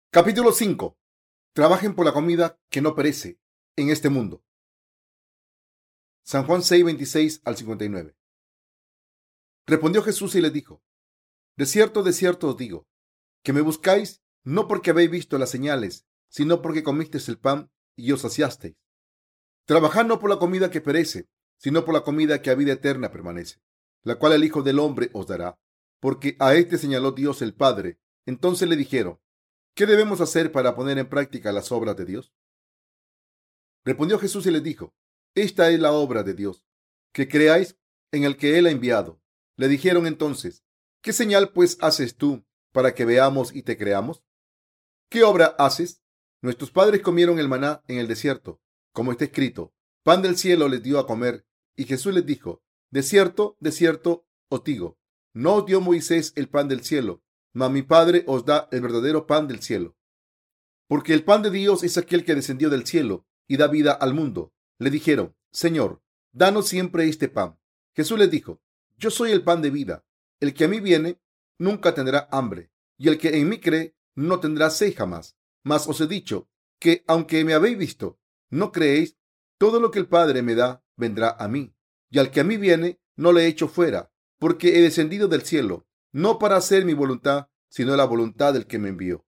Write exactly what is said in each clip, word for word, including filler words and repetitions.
Capítulo cinco. Trabajen por la comida que no perece en este mundo. San Juan seis, veintiséis al cincuenta y nueve. Respondió Jesús y les dijo: De cierto, de cierto os digo, que me buscáis no porque habéis visto las señales, sino porque comisteis el pan y os saciasteis. Trabajad no por la comida que perece, sino por la comida que a vida eterna permanece, la cual el Hijo del Hombre os dará, porque a éste señaló Dios el Padre. Entonces le dijeron: ¿Qué debemos hacer para poner en práctica las obras de Dios? Respondió Jesús y les dijo: Esta es la obra de Dios, que creáis en el que Él ha enviado. Le dijeron entonces: ¿Qué señal pues haces tú para que veamos y te creamos? ¿Qué obra haces? Nuestros padres comieron el maná en el desierto, como está escrito: Pan del cielo les dio a comer. Y Jesús les dijo: De cierto, de cierto os digo, no os dio Moisés el pan del cielo, mas mi Padre os da el verdadero pan del cielo. Porque el pan de Dios es aquel que descendió del cielo y da vida al mundo. Le dijeron: Señor, danos siempre este pan. Jesús les dijo: Yo soy el pan de vida. El que a mí viene nunca tendrá hambre, y el que en mí cree no tendrá sed jamás. Mas os he dicho que, aunque me habéis visto, no creéis. Todo lo que el Padre me da vendrá a mí, y al que a mí viene no le echo fuera, porque he descendido del cielo, no para hacer mi voluntad, sino la voluntad del que me envió.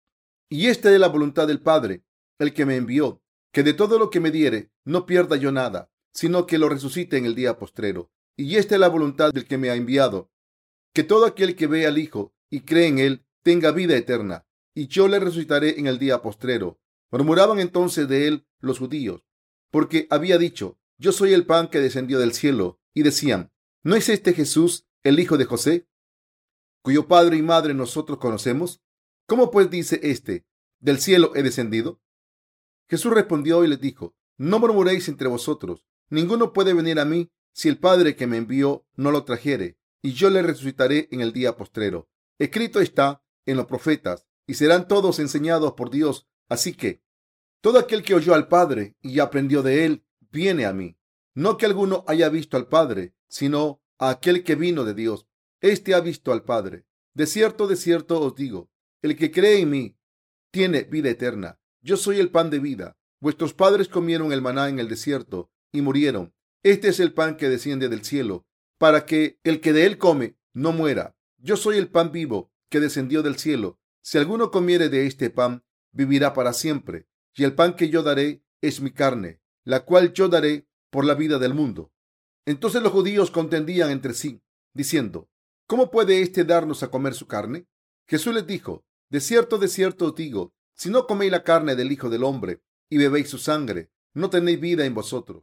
Y esta es la voluntad del Padre, el que me envió, que de todo lo que me diere no pierda yo nada, sino que lo resucite en el día postrero. Y esta es la voluntad del que me ha enviado, que todo aquel que ve al Hijo y cree en él tenga vida eterna, y yo le resucitaré en el día postrero. Murmuraban entonces de él los judíos, porque había dicho: Yo soy el pan que descendió del cielo, y decían: ¿No es este Jesús, el hijo de José, cuyo padre y madre nosotros conocemos? ¿Cómo pues dice éste: Del cielo he descendido? Jesús respondió y les dijo: No murmuréis entre vosotros. Ninguno puede venir a mí si el Padre que me envió no lo trajere, y yo le resucitaré en el día postrero. Escrito está en los profetas, y serán todos enseñados por Dios. Así que todo aquel que oyó al Padre y aprendió de él, viene a mí. No que alguno haya visto al Padre, sino a aquel que vino de Dios. Este ha visto al Padre. De cierto, de cierto os digo, el que cree en mí tiene vida eterna. Yo soy el pan de vida. Vuestros padres comieron el maná en el desierto y murieron. Este es el pan que desciende del cielo, para que el que de él come no muera. Yo soy el pan vivo que descendió del cielo. Si alguno comiere de este pan, vivirá para siempre. Y el pan que yo daré es mi carne, la cual yo daré por la vida del mundo. Entonces los judíos contendían entre sí, diciendo: ¿Cómo puede éste darnos a comer su carne? Jesús les dijo: De cierto, de cierto os digo, si no coméis la carne del Hijo del Hombre y bebéis su sangre, no tenéis vida en vosotros.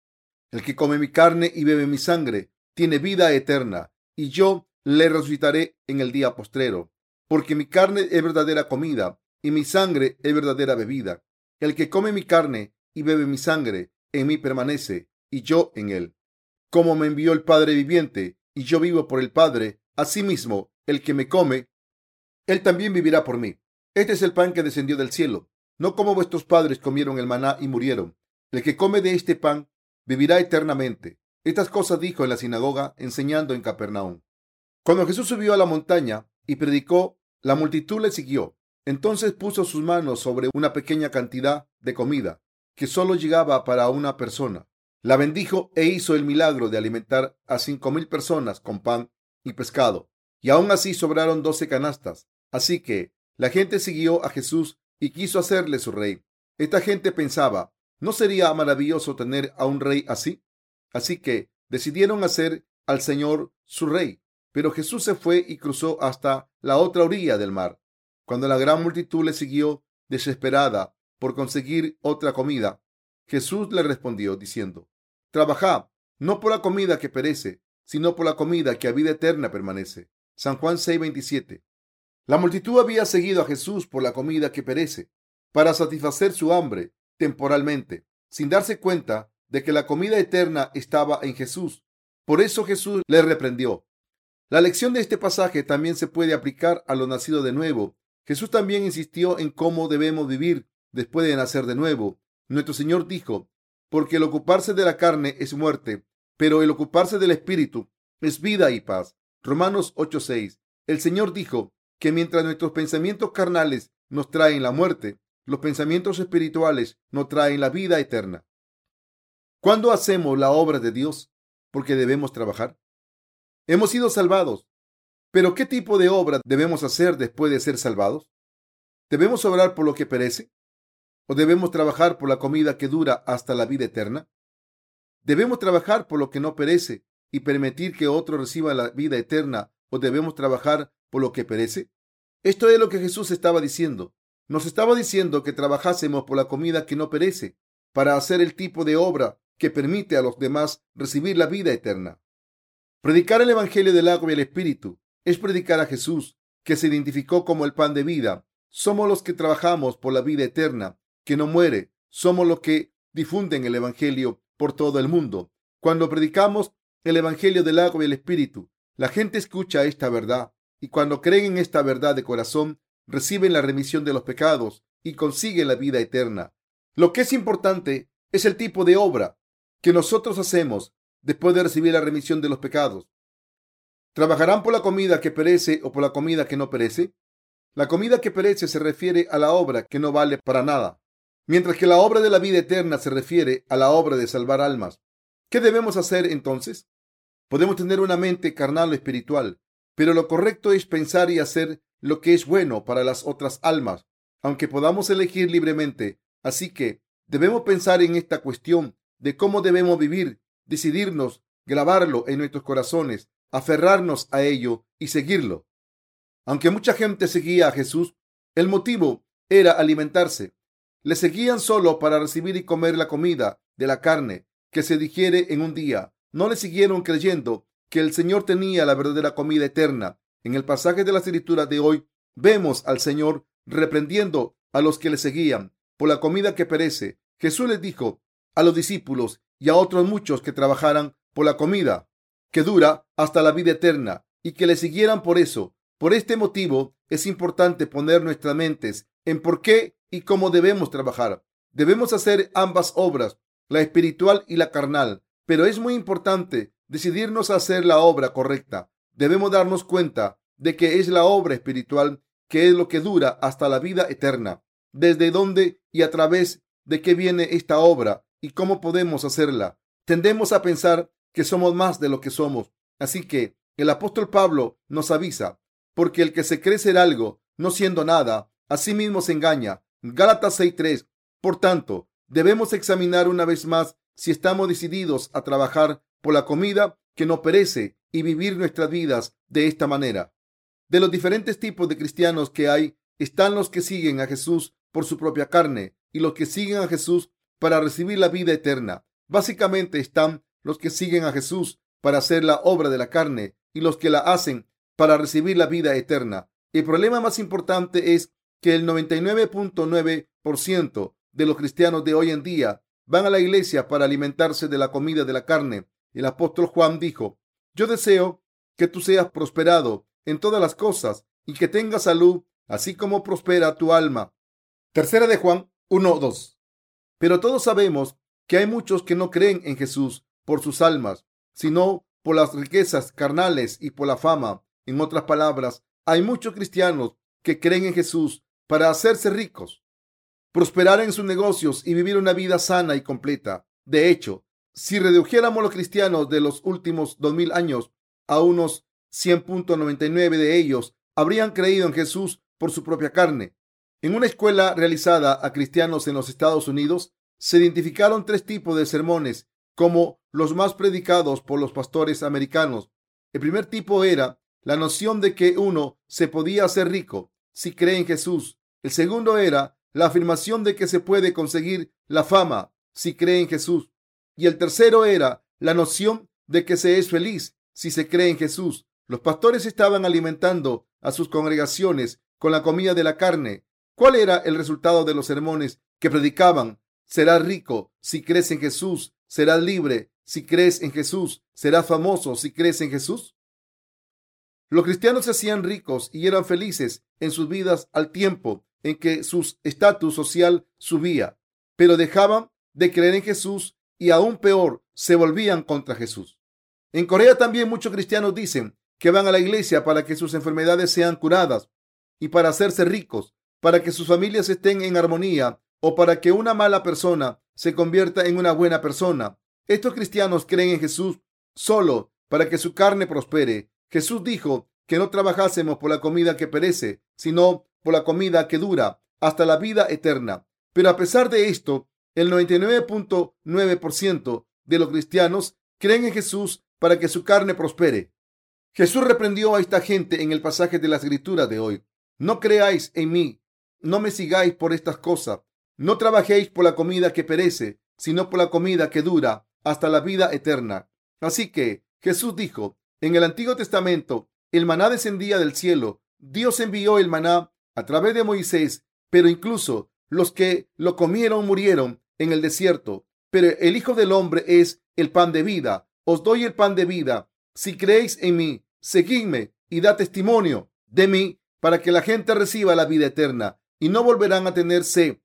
El que come mi carne y bebe mi sangre tiene vida eterna, y yo le resucitaré en el día postrero. Porque mi carne es verdadera comida y mi sangre es verdadera bebida. El que come mi carne y bebe mi sangre, en mí permanece, y yo en él. Como me envió el Padre viviente, y yo vivo por el Padre, asimismo el que me come, él también vivirá por mí. Este es el pan que descendió del cielo, no como vuestros padres comieron el maná y murieron. El que come de este pan vivirá eternamente. Estas cosas dijo en la sinagoga, enseñando en Capernaum. Cuando Jesús subió a la montaña y predicó, la multitud le siguió. Entonces puso sus manos sobre una pequeña cantidad de comida, que solo llegaba para una persona. La bendijo e hizo el milagro de alimentar a cinco mil personas con pan y pescado. Y aún así sobraron doce canastas. Así que la gente siguió a Jesús y quiso hacerle su rey. Esta gente pensaba: ¿no sería maravilloso tener a un rey así? Así que decidieron hacer al Señor su rey. Pero Jesús se fue y cruzó hasta la otra orilla del mar. Cuando la gran multitud le siguió, desesperada por conseguir otra comida, Jesús le respondió diciendo: Trabajad no por la comida que perece, sino por la comida que a vida eterna permanece. San Juan seis, veintisiete. La multitud había seguido a Jesús por la comida que perece, para satisfacer su hambre temporalmente, sin darse cuenta de que la comida eterna estaba en Jesús. Por eso Jesús les reprendió. La lección de este pasaje también se puede aplicar a los nacidos de nuevo. Jesús también insistió en cómo debemos vivir después de nacer de nuevo. Nuestro Señor dijo: porque el ocuparse de la carne es muerte, pero el ocuparse del Espíritu es vida y paz. Romanos ocho, seis. El Señor dijo que mientras nuestros pensamientos carnales nos traen la muerte. Los pensamientos espirituales nos traen la vida eterna. ¿Cuándo hacemos la obra de Dios? Porque debemos trabajar. Hemos sido salvados. Pero ¿qué tipo de obra debemos hacer después de ser salvados? ¿Debemos obrar por lo que perece? ¿O debemos trabajar por la comida que dura hasta la vida eterna? ¿Debemos trabajar por lo que no perece y permitir que otro reciba la vida eterna? ¿O debemos trabajar por lo que perece? Esto es lo que Jesús estaba diciendo. Nos estaba diciendo que trabajásemos por la comida que no perece, para hacer el tipo de obra que permite a los demás recibir la vida eterna. Predicar el Evangelio del agua y el Espíritu es predicar a Jesús, que se identificó como el pan de vida. Somos los que trabajamos por la vida eterna, que no muere. Somos los que difunden el Evangelio por todo el mundo. Cuando predicamos el Evangelio del agua y el Espíritu, la gente escucha esta verdad, y cuando creen en esta verdad de corazón, reciben la remisión de los pecados y consiguen la vida eterna. Lo que es importante es el tipo de obra que nosotros hacemos después de recibir la remisión de los pecados. ¿Trabajarán por la comida que perece o por la comida que no perece? La comida que perece se refiere a la obra que no vale para nada, mientras que la obra de la vida eterna se refiere a la obra de salvar almas. ¿Qué debemos hacer entonces? Podemos tener una mente carnal o espiritual, pero lo correcto es pensar y hacer lo que es bueno para las otras almas, aunque podamos elegir libremente. Así que debemos pensar en esta cuestión de cómo debemos vivir, decidirnos, grabarlo en nuestros corazones, aferrarnos a ello y seguirlo. Aunque mucha gente seguía a Jesús, el motivo era alimentarse. Le seguían solo para recibir y comer la comida de la carne que se digiere en un día. No le siguieron creyendo que el Señor tenía la verdadera comida eterna. En el pasaje de las Escrituras de hoy vemos al Señor reprendiendo a los que le seguían por la comida que perece. Jesús les dijo a los discípulos y a otros muchos que trabajaran por la comida que dura hasta la vida eterna y que le siguieran por eso. Por este motivo es importante poner nuestras mentes en por qué y cómo debemos trabajar. Debemos hacer ambas obras, la espiritual y la carnal, pero es muy importante decidirnos a hacer la obra correcta. Debemos darnos cuenta de que es la obra espiritual que es lo que dura hasta la vida eterna. ¿Desde dónde y a través de qué viene esta obra y cómo podemos hacerla? Tendemos a pensar que somos más de lo que somos. Así que el apóstol Pablo nos avisa, porque el que se cree ser algo, no siendo nada, a sí mismo se engaña. Gálatas seis tres. Por tanto, debemos examinar una vez más si estamos decididos a trabajar por la comida que no perece y vivir nuestras vidas de esta manera. De los diferentes tipos de cristianos que hay, están los que siguen a Jesús por su propia carne y los que siguen a Jesús para recibir la vida eterna. Básicamente están los que siguen a Jesús para hacer la obra de la carne y los que la hacen para recibir la vida eterna. El problema más importante es que el noventa y nueve punto nueve por ciento de los cristianos de hoy en día van a la iglesia para alimentarse de la comida de la carne. El apóstol Juan dijo: yo deseo que tú seas prosperado en todas las cosas y que tengas salud, así como prospera tu alma. Tercera de Juan uno dos. Pero todos sabemos que hay muchos que no creen en Jesús por sus almas, sino por las riquezas carnales y por la fama. En otras palabras, hay muchos cristianos que creen en Jesús para hacerse ricos, prosperar en sus negocios y vivir una vida sana y completa. De hecho, si redujéramos los cristianos de los últimos dos mil años a unos cien punto noventa y nueve de ellos habrían creído en Jesús por su propia carne. En una escuela realizada a cristianos en los Estados Unidos, se identificaron tres tipos de sermones como los más predicados por los pastores americanos. El primer tipo era la noción de que uno se podía hacer rico si cree en Jesús. El segundo era la afirmación de que se puede conseguir la fama si cree en Jesús. Y el tercero era la noción de que se es feliz si se cree en Jesús. Los pastores estaban alimentando a sus congregaciones con la comida de la carne. ¿Cuál era el resultado de los sermones que predicaban? Serás rico si crees en Jesús. Serás libre si crees en Jesús. Serás famoso si crees en Jesús. Los cristianos se hacían ricos y eran felices en sus vidas al tiempo en que su estatus social subía, pero dejaban de creer en Jesús y aún peor, se volvían contra Jesús. En Corea también muchos cristianos dicen que van a la iglesia para que sus enfermedades sean curadas y para hacerse ricos. para que sus familias estén en armonía o para que una mala persona se convierta en una buena persona. Estos cristianos creen en Jesús solo para que su carne prospere. Jesús dijo que no trabajásemos por la comida que perece, sino por la comida que dura hasta la vida eterna. Pero a pesar de esto, el noventa y nueve punto nueve por ciento de los cristianos creen en Jesús para que su carne prospere. Jesús reprendió a esta gente en el pasaje de la Escritura de hoy. No creáis en mí, no me sigáis por estas cosas. No trabajéis por la comida que perece, sino por la comida que dura hasta la vida eterna. Así que Jesús dijo, en el Antiguo Testamento, el maná descendía del cielo. Dios envió el maná a través de Moisés, pero incluso los que lo comieron murieron en el desierto. Pero el Hijo del Hombre es el pan de vida. Os doy el pan de vida. Si creéis en mí, seguidme y da testimonio de mí para que la gente reciba la vida eterna y no volverán a tener sed.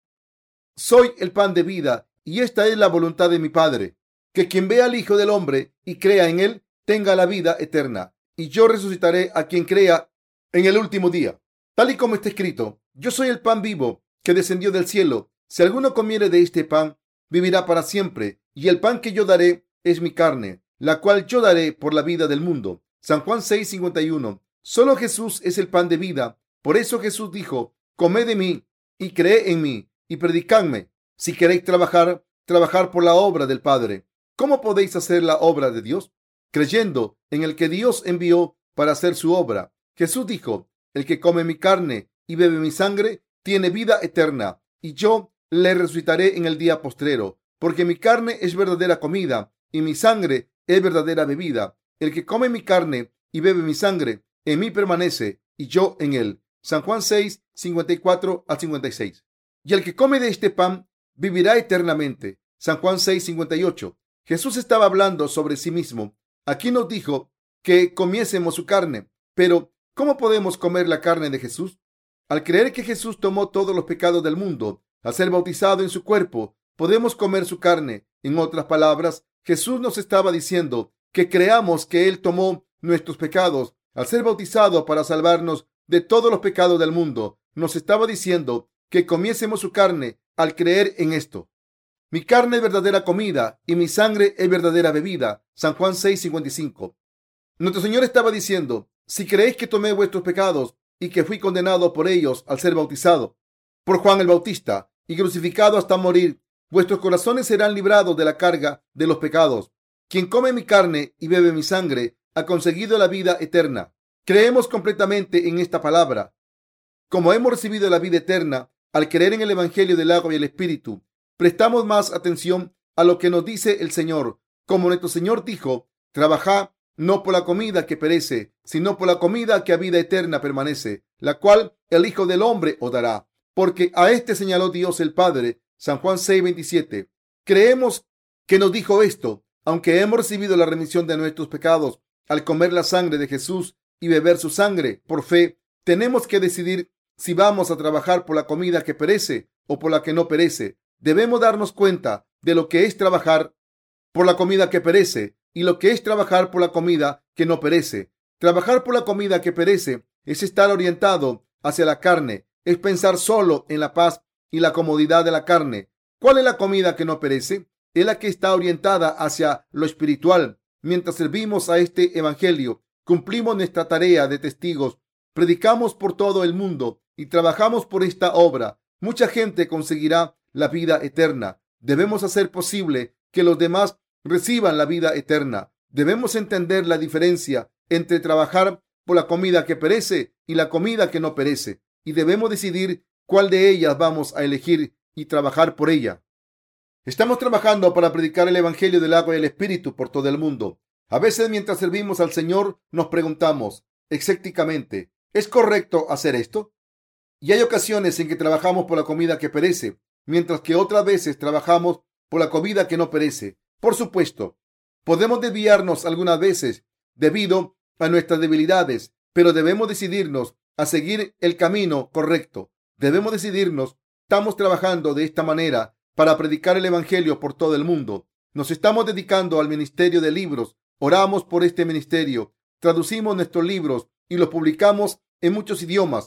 Soy el pan de vida y esta es la voluntad de mi Padre, que quien vea al Hijo del Hombre y crea en él, tenga la vida eterna, y yo resucitaré a quien crea en el último día. Tal y como está escrito, yo soy el pan vivo que descendió del cielo. Si alguno comiere de este pan, vivirá para siempre, y el pan que yo daré es mi carne, la cual yo daré por la vida del mundo. San Juan seis cincuenta y uno. Solo Jesús es el pan de vida. Por eso Jesús dijo, comed de mí y creed en mí y predicadme. Si queréis trabajar, trabajar por la obra del Padre. ¿Cómo podéis hacer la obra de Dios? Creyendo en el que Dios envió para hacer su obra. Jesús dijo, el que come mi carne y bebe mi sangre tiene vida eterna, y yo le resucitaré en el día postrero, porque mi carne es verdadera comida y mi sangre es verdadera bebida. El que come mi carne y bebe mi sangre, en mí permanece y yo en él. San Juan seis cincuenta y cuatro al cincuenta y seis. Y el que come de este pan vivirá eternamente. San Juan seis cincuenta y ocho. Jesús estaba hablando sobre sí mismo. Aquí nos dijo que comiésemos su carne. Pero, ¿cómo podemos comer la carne de Jesús? Al creer que Jesús tomó todos los pecados del mundo, al ser bautizado en su cuerpo, podemos comer su carne. En otras palabras, Jesús nos estaba diciendo que creamos que Él tomó nuestros pecados al ser bautizado para salvarnos de todos los pecados del mundo. Nos estaba diciendo que comiésemos su carne al creer en esto. Mi carne es verdadera comida y mi sangre es verdadera bebida. San Juan seis cincuenta y cinco. Nuestro Señor estaba diciendo, si creéis que tomé vuestros pecados y que fui condenado por ellos al ser bautizado por Juan el Bautista y crucificado hasta morir, vuestros corazones serán librados de la carga de los pecados. Quien come mi carne y bebe mi sangre ha conseguido la vida eterna. Creemos completamente en esta palabra. Como hemos recibido la vida eterna al creer en el Evangelio del agua y el Espíritu, prestamos más atención a lo que nos dice el Señor. Como nuestro Señor dijo, trabajad no por la comida que perece, sino por la comida que a vida eterna permanece, la cual el Hijo del Hombre os dará. Porque a este señaló Dios el Padre. San Juan seis veintisiete. Creemos que nos dijo esto, aunque hemos recibido la remisión de nuestros pecados al comer la sangre de Jesús y beber su sangre por fe. Tenemos que decidir si vamos a trabajar por la comida que perece o por la que no perece. Debemos darnos cuenta de lo que es trabajar por la comida que perece y lo que es trabajar por la comida que no perece. Trabajar por la comida que perece es estar orientado hacia la carne, es pensar solo en la paz y la comodidad de la carne. ¿Cuál es la comida que no perece? Es la que está orientada hacia lo espiritual. Mientras servimos a este evangelio, cumplimos nuestra tarea de testigos, predicamos por todo el mundo y trabajamos por esta obra. Mucha gente conseguirá la vida eterna. Debemos hacer posible que los demás reciban la vida eterna. Debemos entender la diferencia entre trabajar por la comida que perece y la comida que no perece, y debemos decidir cuál de ellas vamos a elegir y trabajar por ella. Estamos trabajando para predicar el Evangelio del agua y el Espíritu por todo el mundo. A veces, mientras servimos al Señor, nos preguntamos escépticamente, ¿es correcto hacer esto? Y hay ocasiones en que trabajamos por la comida que perece, mientras que otras veces trabajamos por la comida que no perece. Por supuesto, podemos desviarnos algunas veces debido a nuestras debilidades, pero debemos decidirnos a seguir el camino correcto. Debemos decidirnos, estamos trabajando de esta manera para predicar el Evangelio por todo el mundo. Nos estamos dedicando al ministerio de libros. Oramos por este ministerio, traducimos nuestros libros y los publicamos en muchos idiomas.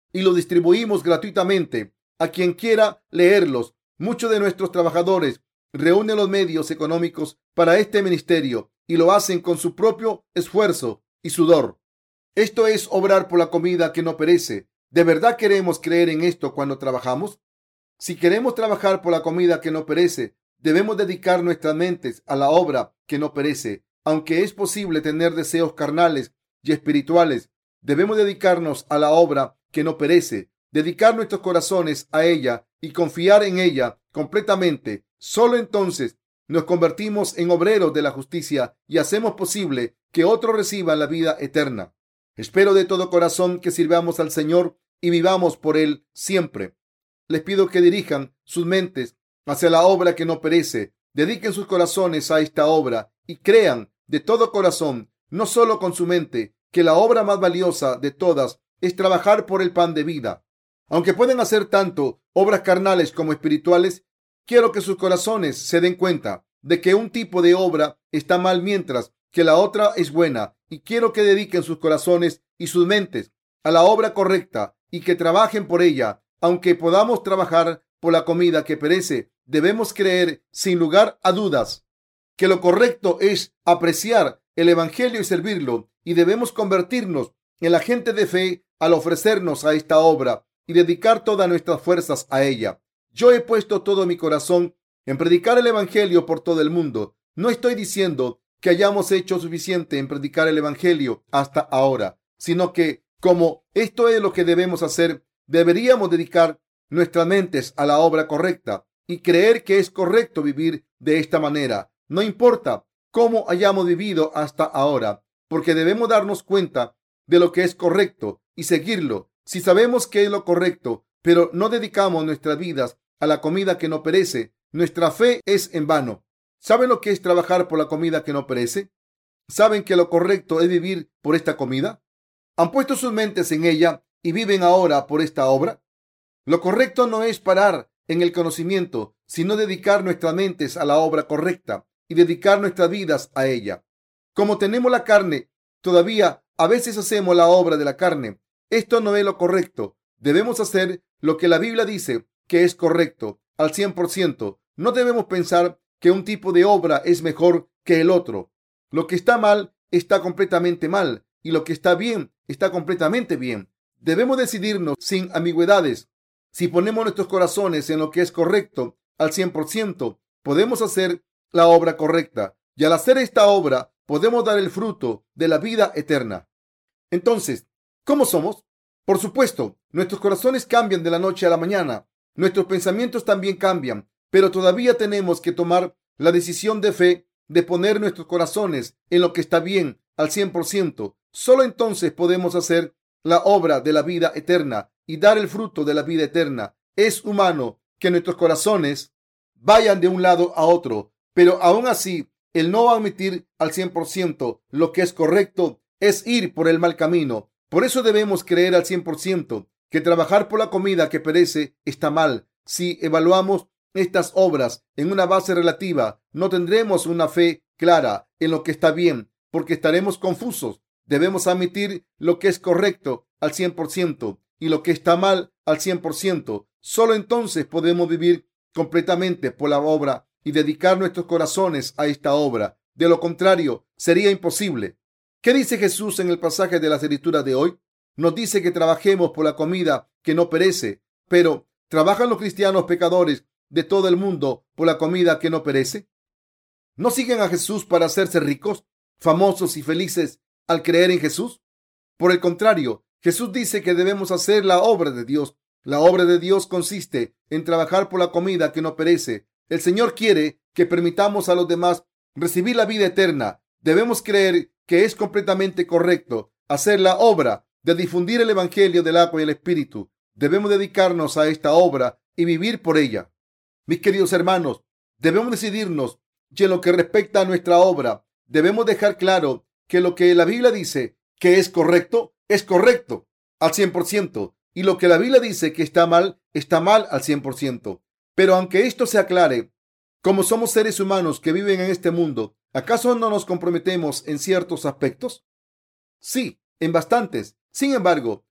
y los distribuimos gratuitamente a quien quiera leerlos. Muchos de nuestros trabajadores reúnen los medios económicos para este ministerio y lo hacen con su propio esfuerzo y sudor. Esto es obrar por la comida que no perece. ¿De verdad queremos creer en esto cuando trabajamos? Si queremos trabajar por la comida que no perece, debemos dedicar nuestras mentes a la obra que no perece. Aunque es posible tener deseos carnales y espirituales, debemos dedicarnos a la obra que no perece, dedicar nuestros corazones a ella y confiar en ella completamente. Solo entonces nos convertimos en obreros de la justicia y hacemos posible que otros reciban la vida eterna. Espero de todo corazón que sirvamos al Señor y vivamos por Él siempre. Les pido que dirijan sus mentes hacia la obra que no perece, dediquen sus corazones a esta obra y crean de todo corazón, no solo con su mente, que la obra más valiosa de todas es trabajar por el pan de vida. Aunque pueden hacer tanto obras carnales como espirituales, quiero que sus corazones se den cuenta de que un tipo de obra está mal mientras que la otra es buena, y quiero que dediquen sus corazones y sus mentes a la obra correcta y que trabajen por ella. Aunque podamos trabajar por la comida que perece, debemos creer sin lugar a dudas que lo correcto es apreciar el Evangelio y servirlo, y debemos convertirnos en la gente de fe al ofrecernos a esta obra y dedicar todas nuestras fuerzas a ella. Yo he puesto todo mi corazón en predicar el Evangelio por todo el mundo. No estoy diciendo que hayamos hecho suficiente en predicar el Evangelio hasta ahora, sino que, como esto es lo que debemos hacer, deberíamos dedicar nuestras mentes a la obra correcta y creer que es correcto vivir de esta manera. No importa cómo hayamos vivido hasta ahora, porque debemos darnos cuenta de lo que es correcto y seguirlo. Si sabemos que es lo correcto, pero no dedicamos nuestras vidas a la comida que no perece, nuestra fe es en vano. ¿Saben lo que es trabajar por la comida que no perece? ¿Saben que lo correcto es vivir por esta comida? ¿Han puesto sus mentes en ella y viven ahora por esta obra? Lo correcto no es parar en el conocimiento, sino dedicar nuestras mentes a la obra correcta y dedicar nuestras vidas a ella. Como tenemos la carne, todavía a veces hacemos la obra de la carne. Esto no es lo correcto. Debemos hacer lo que la Biblia dice que es correcto al cien por ciento. No debemos pensar que un tipo de obra es mejor que el otro. Lo que está mal está completamente mal y lo que está bien está completamente bien. Debemos decidirnos sin ambigüedades. Si ponemos nuestros corazones en lo que es correcto al cien por ciento, podemos hacer la obra correcta, y al hacer esta obra podemos dar el fruto de la vida eterna. Entonces, ¿cómo somos? Por supuesto, nuestros corazones cambian de la noche a la mañana. Nuestros pensamientos también cambian, pero todavía tenemos que tomar la decisión de fe de poner nuestros corazones en lo que está bien al cien por ciento. Solo entonces podemos hacer la obra de la vida eterna y dar el fruto de la vida eterna. Es humano que nuestros corazones vayan de un lado a otro, pero aún así, el no admitir al cien por ciento lo que es correcto es ir por el mal camino. Por eso debemos creer al cien por ciento que trabajar por la comida que perece está mal. Si evaluamos estas obras en una base relativa, no tendremos una fe clara en lo que está bien, porque estaremos confusos. Debemos admitir lo que es correcto al cien por ciento y lo que está mal al cien por ciento. Solo entonces podemos vivir completamente por la obra y dedicar nuestros corazones a esta obra. De lo contrario, sería imposible. ¿Qué dice Jesús en el pasaje de las Escrituras de hoy? Nos dice que trabajemos por la comida que no perece, pero ¿trabajan los cristianos pecadores de todo el mundo por la comida que no perece? ¿No siguen a Jesús para hacerse ricos, famosos y felices al creer en Jesús? Por el contrario, Jesús dice que debemos hacer la obra de Dios. La obra de Dios consiste en trabajar por la comida que no perece. El Señor quiere que permitamos a los demás recibir la vida eterna. Debemos creer que es completamente correcto hacer la obra de difundir el Evangelio del agua y el Espíritu. Debemos dedicarnos a esta obra y vivir por ella. Mis queridos hermanos, debemos decidirnos y en lo que respecta a nuestra obra, debemos dejar claro que lo que la Biblia dice que es correcto, es correcto al cien por ciento, y lo que la Biblia dice que está mal, está mal al cien por ciento. Pero aunque esto se aclare, como somos seres humanos que viven en este mundo, ¿acaso no nos comprometemos en ciertos aspectos? Sí, en bastantes. Sin embargo,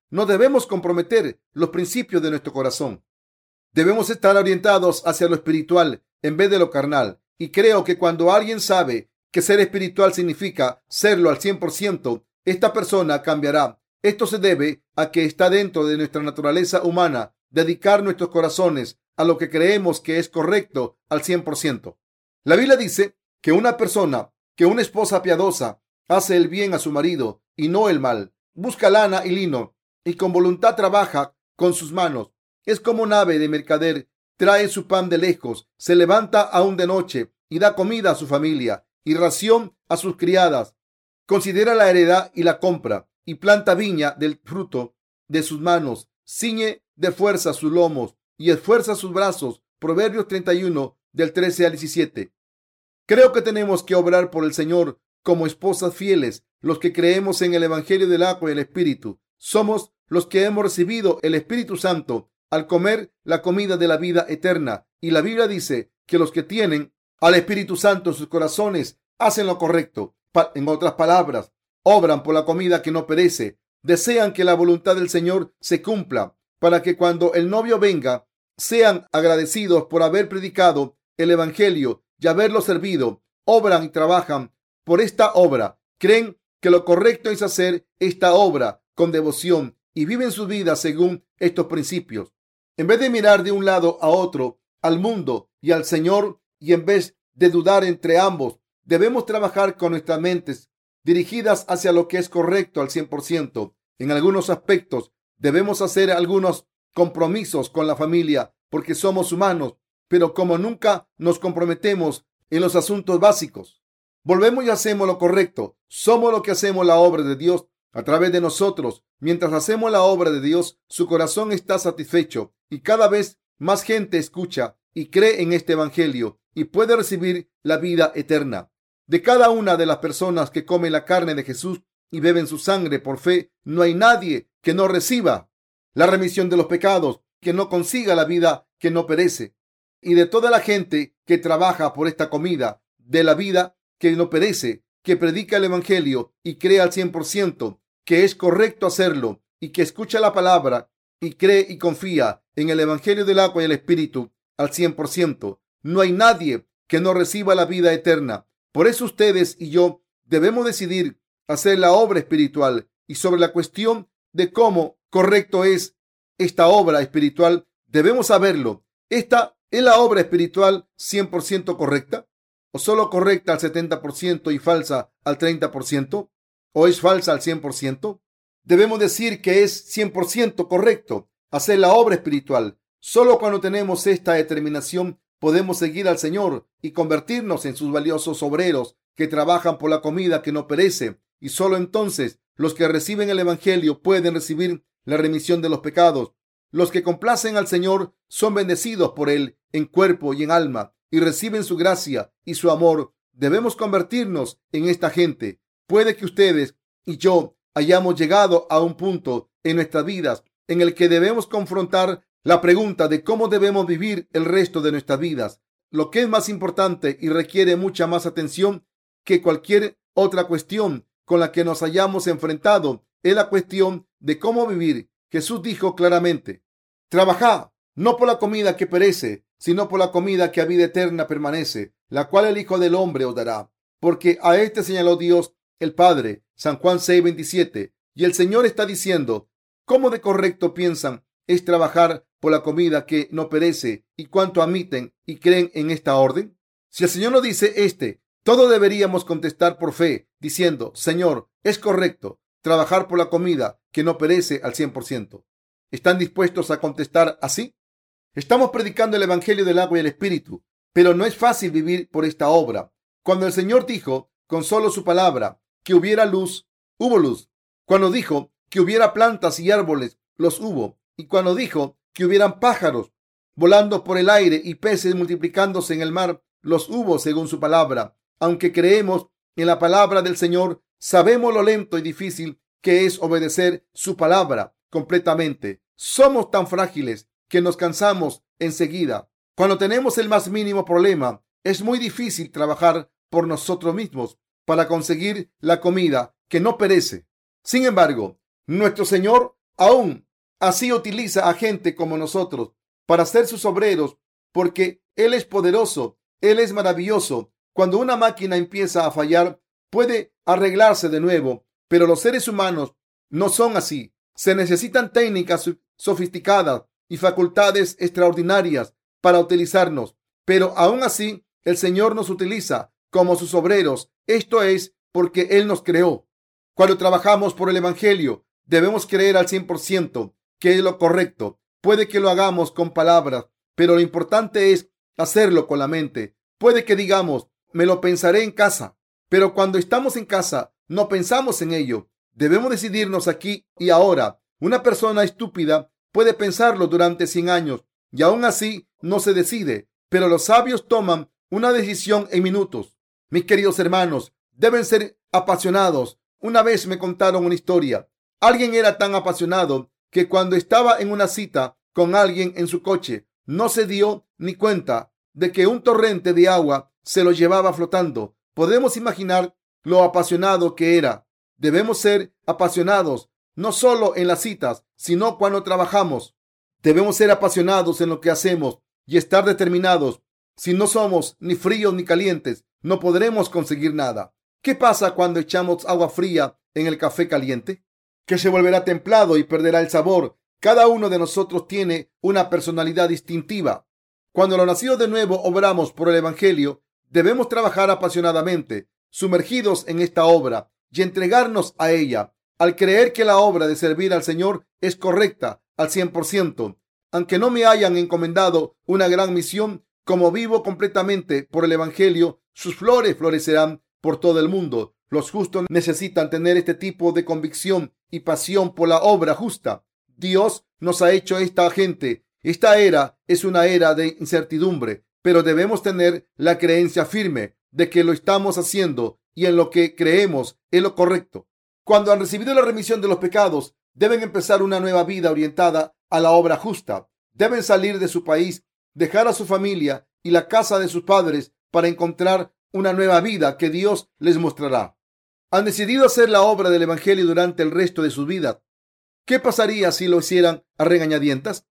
no debemos comprometer los principios de nuestro corazón. Debemos estar orientados hacia lo espiritual en vez de lo carnal. Y creo que cuando alguien sabe que ser espiritual significa serlo al cien por ciento, esta persona cambiará. Esto se debe a que está dentro de nuestra naturaleza humana dedicar nuestros corazones a lo que creemos que es correcto al cien por ciento. La Biblia dice que una persona, que una esposa piadosa hace el bien a su marido y no el mal. Busca lana y lino y con voluntad trabaja con sus manos. Es como un ave de mercader. Trae su pan de lejos, se levanta aún de noche y da comida a su familia y ración a sus criadas. Considera la heredad y la compra y planta viña del fruto de sus manos. Ciñe de fuerza sus lomos y esfuerza sus brazos. Proverbios treinta y uno del trece al diecisiete. Creo que tenemos que obrar por el Señor como esposas fieles, los que creemos en el Evangelio del agua y el Espíritu. Somos los que hemos recibido el Espíritu Santo al comer la comida de la vida eterna. Y la Biblia dice que los que tienen al Espíritu Santo en sus corazones hacen lo correcto. En otras palabras, obran por la comida que no perece. Desean que la voluntad del Señor se cumpla para que cuando el novio venga sean agradecidos por haber predicado el Evangelio y haberlo servido. Obran y trabajan por esta obra. Creen que lo correcto es hacer esta obra con devoción y viven sus vidas según estos principios. En vez de mirar de un lado a otro, al mundo y al Señor, y en vez de dudar entre ambos, debemos trabajar con nuestras mentes dirigidas hacia lo que es correcto al cien por ciento. En algunos aspectos debemos hacer algunos compromisos con la familia porque somos humanos, pero como nunca nos comprometemos en los asuntos básicos, volvemos y hacemos lo correcto. Somos lo que hacemos la obra de Dios a través de nosotros. Mientras hacemos la obra de Dios, su corazón está satisfecho y cada vez más gente escucha y cree en este evangelio y puede recibir la vida eterna. De cada una de las personas que comen la carne de Jesús y beben su sangre por fe, no hay nadie que no reciba la remisión de los pecados, que no consiga la vida que no perece. Y de toda la gente que trabaja por esta comida de la vida que no perece, que predica el evangelio y cree al cien por ciento que es correcto hacerlo, y que escucha la palabra y cree y confía en el evangelio del agua y el espíritu al cien por ciento, no hay nadie que no reciba la vida eterna. Por eso ustedes y yo debemos decidir hacer la obra espiritual. Y sobre la cuestión de cómo correcto es esta obra espiritual, debemos saberlo. ¿Esta es la obra espiritual cien por ciento correcta? ¿O solo correcta al setenta por ciento y falsa al treinta por ciento? ¿O es falsa al cien por ciento? Debemos decir que es cien por ciento correcto hacer la obra espiritual. Solo cuando tenemos esta determinación podemos seguir al Señor y convertirnos en sus valiosos obreros que trabajan por la comida que no perece. Y solo entonces los que reciben el evangelio pueden recibir la remisión de los pecados. Los que complacen al Señor son bendecidos por Él en cuerpo y en alma y reciben su gracia y su amor. Debemos convertirnos en esta gente. Puede que ustedes y yo hayamos llegado a un punto en nuestras vidas en el que debemos confrontar la pregunta de cómo debemos vivir el resto de nuestras vidas. Lo que es más importante y requiere mucha más atención que cualquier otra cuestión con la que nos hayamos enfrentado es la cuestión de cómo vivir. Jesús dijo claramente: trabajad no por la comida que perece, sino por la comida que a vida eterna permanece, la cual el Hijo del Hombre os dará. Porque a este señaló Dios el Padre. San Juan seis veintisiete. Y el Señor está diciendo: ¿cómo de correcto piensan es trabajar por la comida que no perece y cuánto admiten y creen en esta orden? Si el Señor nos dice este, todos deberíamos contestar por fe, diciendo: Señor, es correcto trabajar por la comida que no perece al cien por ciento. ¿Están dispuestos a contestar así? Estamos predicando el evangelio del agua y el espíritu, pero no es fácil vivir por esta obra. Cuando el Señor dijo con solo su palabra que hubiera luz, hubo luz. Cuando dijo que hubiera plantas y árboles, los hubo. Y cuando dijo que hubieran pájaros volando por el aire y peces multiplicándose en el mar, los hubo según su palabra. Aunque creemos en la palabra del Señor, sabemos lo lento y difícil que es obedecer su palabra completamente. Somos tan frágiles que nos cansamos enseguida. Cuando tenemos el más mínimo problema, es muy difícil trabajar por nosotros mismos para conseguir la comida que no perece. Sin embargo, nuestro Señor Aún así utiliza a gente como nosotros para ser sus obreros, porque Él es poderoso, Él es maravilloso. Cuando una máquina empieza a fallar, puede arreglarse de nuevo, pero los seres humanos no son así. Se necesitan técnicas sofisticadas y facultades extraordinarias para utilizarnos, pero aún así el Señor nos utiliza como sus obreros. Esto es porque Él nos creó. Cuando trabajamos por el Evangelio, debemos creer al cien por ciento que es lo correcto. Puede que lo hagamos con palabras, pero lo importante es hacerlo con la mente. Puede que digamos, me lo pensaré en casa, pero cuando estamos en casa, no pensamos en ello. Debemos decidirnos aquí y ahora. Una persona estúpida puede pensarlo durante cien años y aún así no se decide, pero los sabios toman una decisión en minutos. Mis queridos hermanos, deben ser apasionados. Una vez me contaron una historia. Alguien era tan apasionado que cuando estaba en una cita con alguien en su coche, no se dio ni cuenta de que un torrente de agua se lo llevaba flotando. Podemos imaginar lo apasionado que era. Debemos ser apasionados no solo en las citas, sino cuando trabajamos. Debemos ser apasionados en lo que hacemos y estar determinados. Si no somos ni fríos ni calientes, no podremos conseguir nada. ¿Qué pasa cuando echamos agua fría en el café caliente? Que se volverá templado y perderá el sabor. Cada uno de nosotros tiene una personalidad distintiva. Cuando los nacidos de nuevo obramos por el Evangelio, debemos trabajar apasionadamente, sumergidos en esta obra y entregarnos a ella, al creer que la obra de servir al Señor es correcta al cien por ciento. Aunque no me hayan encomendado una gran misión, como vivo completamente por el Evangelio, sus flores florecerán por todo el mundo. Los justos necesitan tener este tipo de convicción y pasión por la obra justa. Dios nos ha hecho esta gente. Esta era es una era de incertidumbre, pero debemos tener la creencia firme de que lo estamos haciendo y en lo que creemos es lo correcto. Cuando han recibido la remisión de los pecados, deben empezar una nueva vida orientada a la obra justa. Deben salir de su país, dejar a su familia y la casa de sus padres para encontrar una nueva vida que Dios les mostrará. Han decidido hacer la obra del Evangelio durante el resto de sus vidas. ¿Qué pasaría si lo hicieran a regañadientas?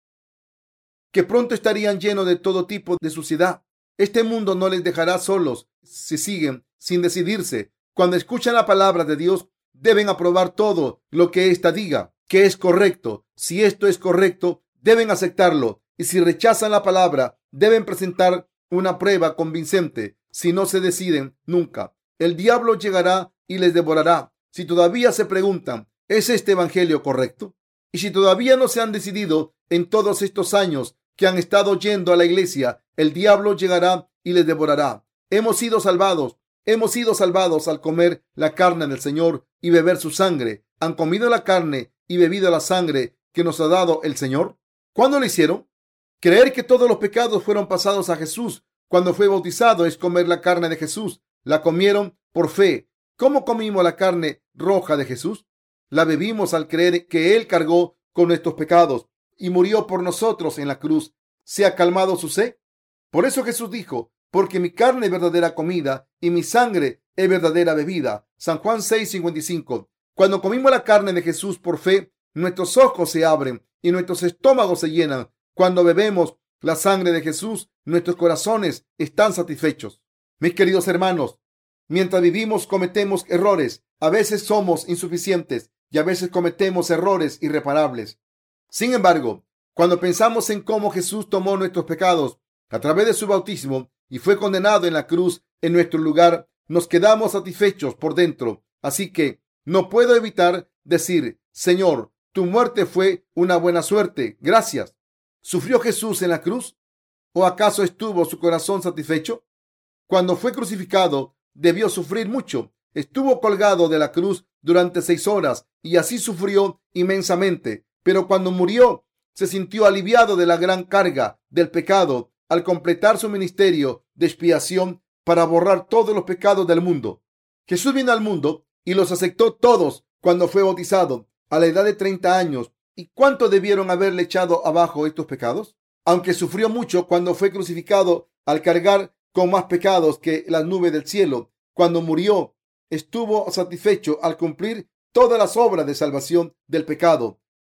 Que pronto estarían llenos de todo tipo de suciedad. Este mundo no les dejará solos si siguen sin decidirse. Cuando escuchan la palabra de Dios, deben aprobar todo lo que ésta diga que es correcto. Si esto es correcto, deben aceptarlo. Y si rechazan la palabra, deben presentar una prueba convincente. Si no se deciden nunca, el diablo llegará y les devorará. Si todavía se preguntan, ¿es este evangelio correcto? Y si todavía no se han decidido en todos estos años que han estado yendo a la iglesia, el diablo llegará y les devorará. Hemos sido salvados. Hemos sido salvados al comer la carne del Señor y beber su sangre. ¿Han comido la carne y bebido la sangre que nos ha dado el Señor? ¿Cuándo lo hicieron? Creer que todos los pecados fueron pasados a Jesús cuando fue bautizado es comer la carne de Jesús. La comieron por fe. ¿Cómo comimos la carne roja de Jesús? La bebimos al creer que Él cargó con nuestros pecados y murió por nosotros en la cruz. ¿Se ha calmado su sed? Por eso Jesús dijo, porque mi carne es verdadera comida y mi sangre es verdadera bebida. San Juan seis cincuenta y cinco. Cuando comimos la carne de Jesús por fe, nuestros ojos se abren y nuestros estómagos se llenan. Cuando bebemos la sangre de Jesús, nuestros corazones están satisfechos. Mis queridos hermanos, mientras vivimos cometemos errores. A veces somos insuficientes y a veces cometemos errores irreparables. Sin embargo, cuando pensamos en cómo Jesús tomó nuestros pecados a través de su bautismo y fue condenado en la cruz en nuestro lugar, nos quedamos satisfechos por dentro. Así que no puedo evitar decir, Señor, tu muerte fue una buena suerte. Gracias. ¿Sufrió Jesús en la cruz? ¿O acaso estuvo su corazón satisfecho? Cuando fue crucificado, debió sufrir mucho. Estuvo colgado de la cruz durante seis horas y así sufrió inmensamente. Pero cuando murió, se sintió aliviado de la gran carga del pecado al completar su ministerio de expiación para borrar todos los pecados del mundo. Jesús vino al mundo y los aceptó todos cuando fue bautizado a la edad de treinta años. ¿Y cuánto debieron haberle echado abajo estos pecados? Aunque sufrió mucho cuando fue crucificado al cargar con más pecados que las nubes del cielo, cuando murió, estuvo satisfecho al cumplir todas las obras de salvación del pecado.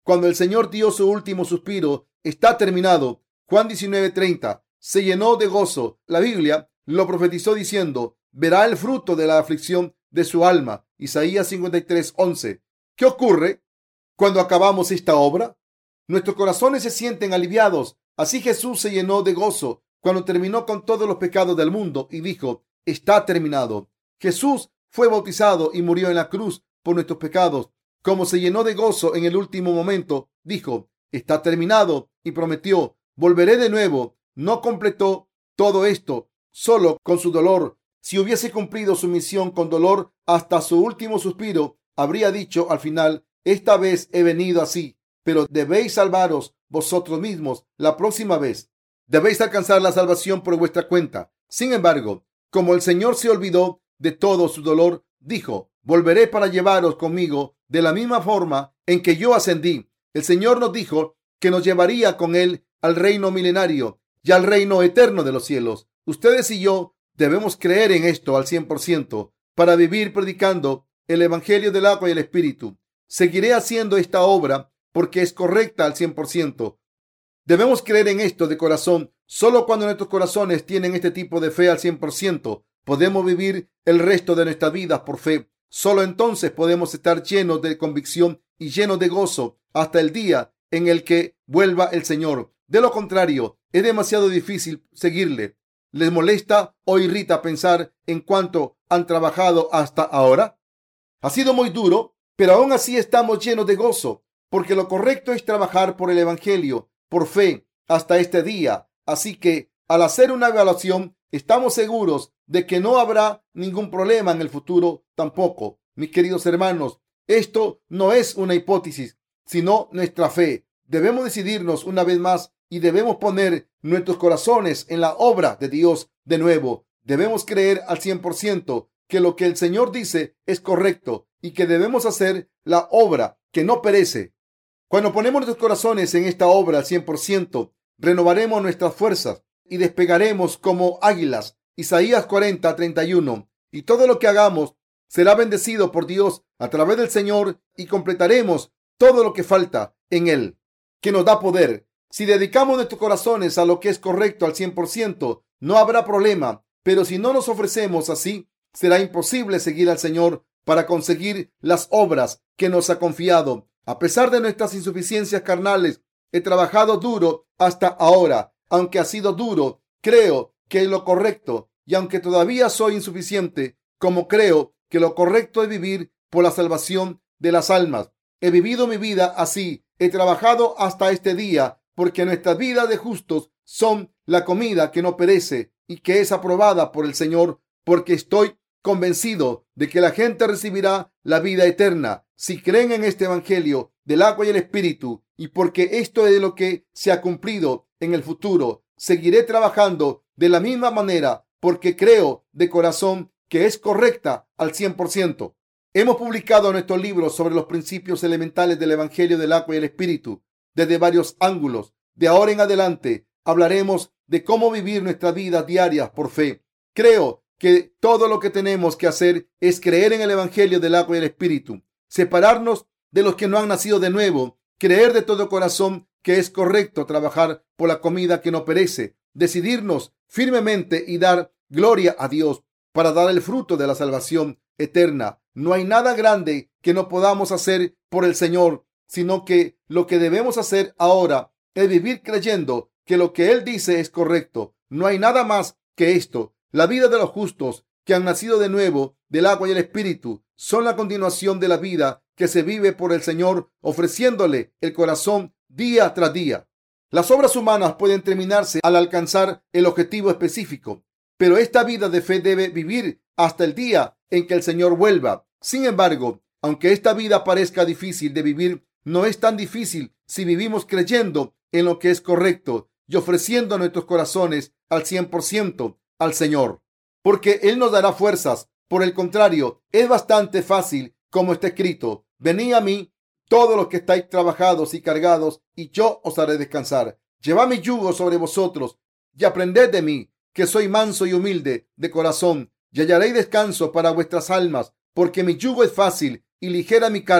cuando el Señor dio su último suspiro, está terminado, Juan diecinueve treinta, se llenó de gozo. La Biblia lo profetizó diciendo, verá el fruto de la aflicción de su alma. Isaías cincuenta y tres once. ¿Qué ocurre cuando acabamos esta obra? Nuestros corazones se sienten aliviados. Así Jesús se llenó de gozo cuando terminó con todos los pecados del mundo y dijo, está terminado. Jesús fue bautizado y murió en la cruz por nuestros pecados. Como se llenó de gozo en el último momento, dijo, está terminado, y prometió, volveré de nuevo. No completó todo esto solo con su dolor. Si hubiese cumplido su misión con dolor hasta su último suspiro, habría dicho al final, esta vez he venido así, pero debéis salvaros vosotros mismos la próxima vez. Debéis alcanzar la salvación por vuestra cuenta. Sin embargo, como el Señor se olvidó de todo su dolor, dijo, volveré para llevaros conmigo de la misma forma en que yo ascendí. El Señor nos dijo que nos llevaría con Él al reino milenario y al reino eterno de los cielos. Ustedes y yo debemos creer en esto al cien por ciento para vivir predicando el Evangelio del agua y el Espíritu. Seguiré haciendo esta obra porque es correcta al cien por ciento. Debemos creer en esto de corazón. Solo cuando nuestros corazones tienen este tipo de fe al cien por ciento, podemos vivir el resto de nuestras vidas por fe. Solo entonces podemos estar llenos de convicción y llenos de gozo hasta el día en el que vuelva el Señor. De lo contrario, es demasiado difícil seguirle. ¿Les molesta o irrita pensar en cuánto han trabajado hasta ahora? Ha sido muy duro, pero aún así estamos llenos de gozo, porque lo correcto es trabajar por el Evangelio, por fe, hasta este día. Así que, al hacer una evaluación, estamos seguros de que no habrá ningún problema en el futuro tampoco. Mis queridos hermanos, esto no es una hipótesis, sino nuestra fe. Debemos decidirnos una vez más y debemos poner nuestros corazones en la obra de Dios de nuevo. Debemos creer al cien por ciento que lo que el Señor dice es correcto y que debemos hacer la obra que no perece. Cuando ponemos nuestros corazones en esta obra al cien por ciento, renovaremos nuestras fuerzas y despegaremos como águilas. Isaías cuarenta treinta y uno. Y todo lo que hagamos será bendecido por Dios a través del Señor y completaremos todo lo que falta en Él, que nos da poder. Si dedicamos nuestros corazones a lo que es correcto al cien por ciento, no habrá problema. Pero si no nos ofrecemos así, será imposible seguir al Señor para conseguir las obras que nos ha confiado. A pesar de nuestras insuficiencias carnales, he trabajado duro hasta ahora. Aunque ha sido duro, creo que es lo correcto. Y aunque todavía soy insuficiente, como creo que lo correcto es vivir por la salvación de las almas. He vivido mi vida así. He trabajado hasta este día porque nuestras vidas de justos son la comida que no perece y que es aprobada por el Señor, porque estoy convencido de que la gente recibirá la vida eterna si creen en este Evangelio del agua y el Espíritu, y porque esto es lo que se ha cumplido en el futuro. Seguiré trabajando de la misma manera porque creo de corazón que es correcta al cien por ciento. Hemos publicado nuestros libros sobre los principios elementales del Evangelio del agua y el Espíritu desde varios ángulos. De ahora en adelante hablaremos de cómo vivir nuestras vidas diarias por fe. Creo que todo lo que tenemos que hacer es creer en el Evangelio del agua y el Espíritu, separarnos de los que no han nacido de nuevo, creer de todo corazón que es correcto trabajar por la comida que no perece, decidirnos firmemente y dar gloria a Dios para dar el fruto de la salvación eterna. No hay nada grande que no podamos hacer por el Señor, sino que lo que debemos hacer ahora es vivir creyendo que lo que Él dice es correcto. No hay nada más que esto. La vida de los justos que han nacido de nuevo del agua y el Espíritu son la continuación de la vida que se vive por el Señor, ofreciéndole el corazón día tras día. Las obras humanas pueden terminarse al alcanzar el objetivo específico, pero esta vida de fe debe vivir hasta el día en que el Señor vuelva. Sin embargo, aunque esta vida parezca difícil de vivir, no es tan difícil si vivimos creyendo en lo que es correcto y ofreciendo nuestros corazones al cien por ciento al Señor, porque Él nos dará fuerzas. Por el contrario, es bastante fácil, como está escrito: venid a mí todos los que estáis trabajados y cargados, y yo os haré descansar. Llevad mi yugo sobre vosotros y aprended de mí, que soy manso y humilde de corazón, y hallaréis descanso para vuestras almas, porque mi yugo es fácil y ligera mi carga.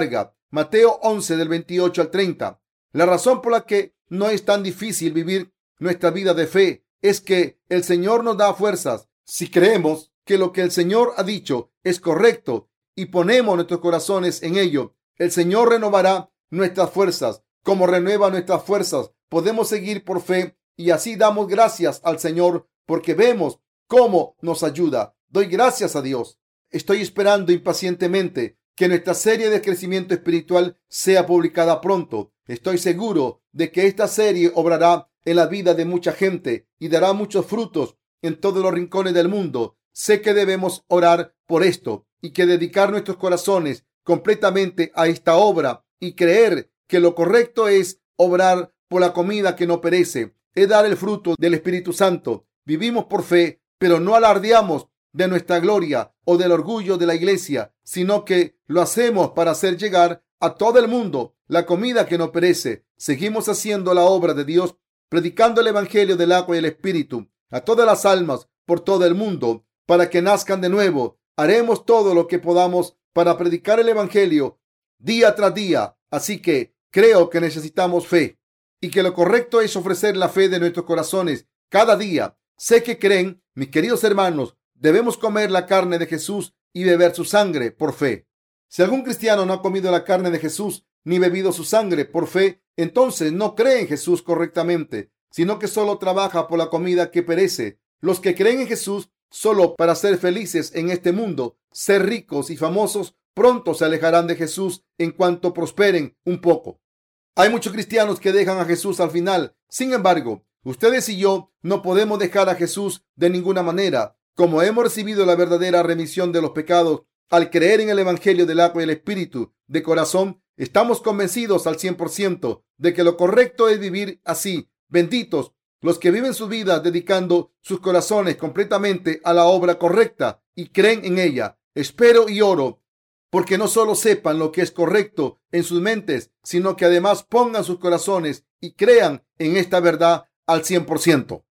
Mateo once del veintiocho al treinta. La razón por la que no es tan difícil vivir nuestra vida de fe es que el Señor nos da fuerzas. Si creemos que lo que el Señor ha dicho es correcto y ponemos nuestros corazones en ello, el Señor renovará nuestras fuerzas. Como renueva nuestras fuerzas, podemos seguir por fe y así damos gracias al Señor porque vemos cómo nos ayuda. Doy gracias a Dios. Estoy esperando impacientemente que nuestra serie de crecimiento espiritual sea publicada pronto. Estoy seguro de que esta serie obrará en la vida de mucha gente y dará muchos frutos en todos los rincones del mundo. Sé que debemos orar por esto y que dedicar nuestros corazones completamente a esta obra y creer que lo correcto es obrar por la comida que no perece, es dar el fruto del Espíritu Santo. Vivimos por fe, pero no alardeamos de nuestra gloria o del orgullo de la iglesia, sino que lo hacemos para hacer llegar a todo el mundo la comida que no perece. Seguimos haciendo la obra de Dios, predicando el evangelio del agua y el Espíritu a todas las almas por todo el mundo para que nazcan de nuevo. Haremos todo lo que podamos para predicar el evangelio día tras día. Así que creo que necesitamos fe y que lo correcto es ofrecer la fe de nuestros corazones cada día. Sé que creen, mis queridos hermanos, debemos comer la carne de Jesús y beber su sangre por fe. Si algún cristiano no ha comido la carne de Jesús ni bebido su sangre por fe, entonces no cree en Jesús correctamente, sino que solo trabaja por la comida que perece. Los que creen en Jesús solo para ser felices en este mundo, ser ricos y famosos, pronto se alejarán de Jesús en cuanto prosperen un poco. Hay muchos cristianos que dejan a Jesús al final. Sin embargo, ustedes y yo no podemos dejar a Jesús de ninguna manera. Como hemos recibido la verdadera remisión de los pecados al creer en el evangelio del agua y el Espíritu de corazón, estamos convencidos al cien por ciento de que lo correcto es vivir así. Benditos los que viven su vida dedicando sus corazones completamente a la obra correcta y creen en ella. Espero y oro porque no solo sepan lo que es correcto en sus mentes, sino que además pongan sus corazones y crean en esta verdad al cien por ciento.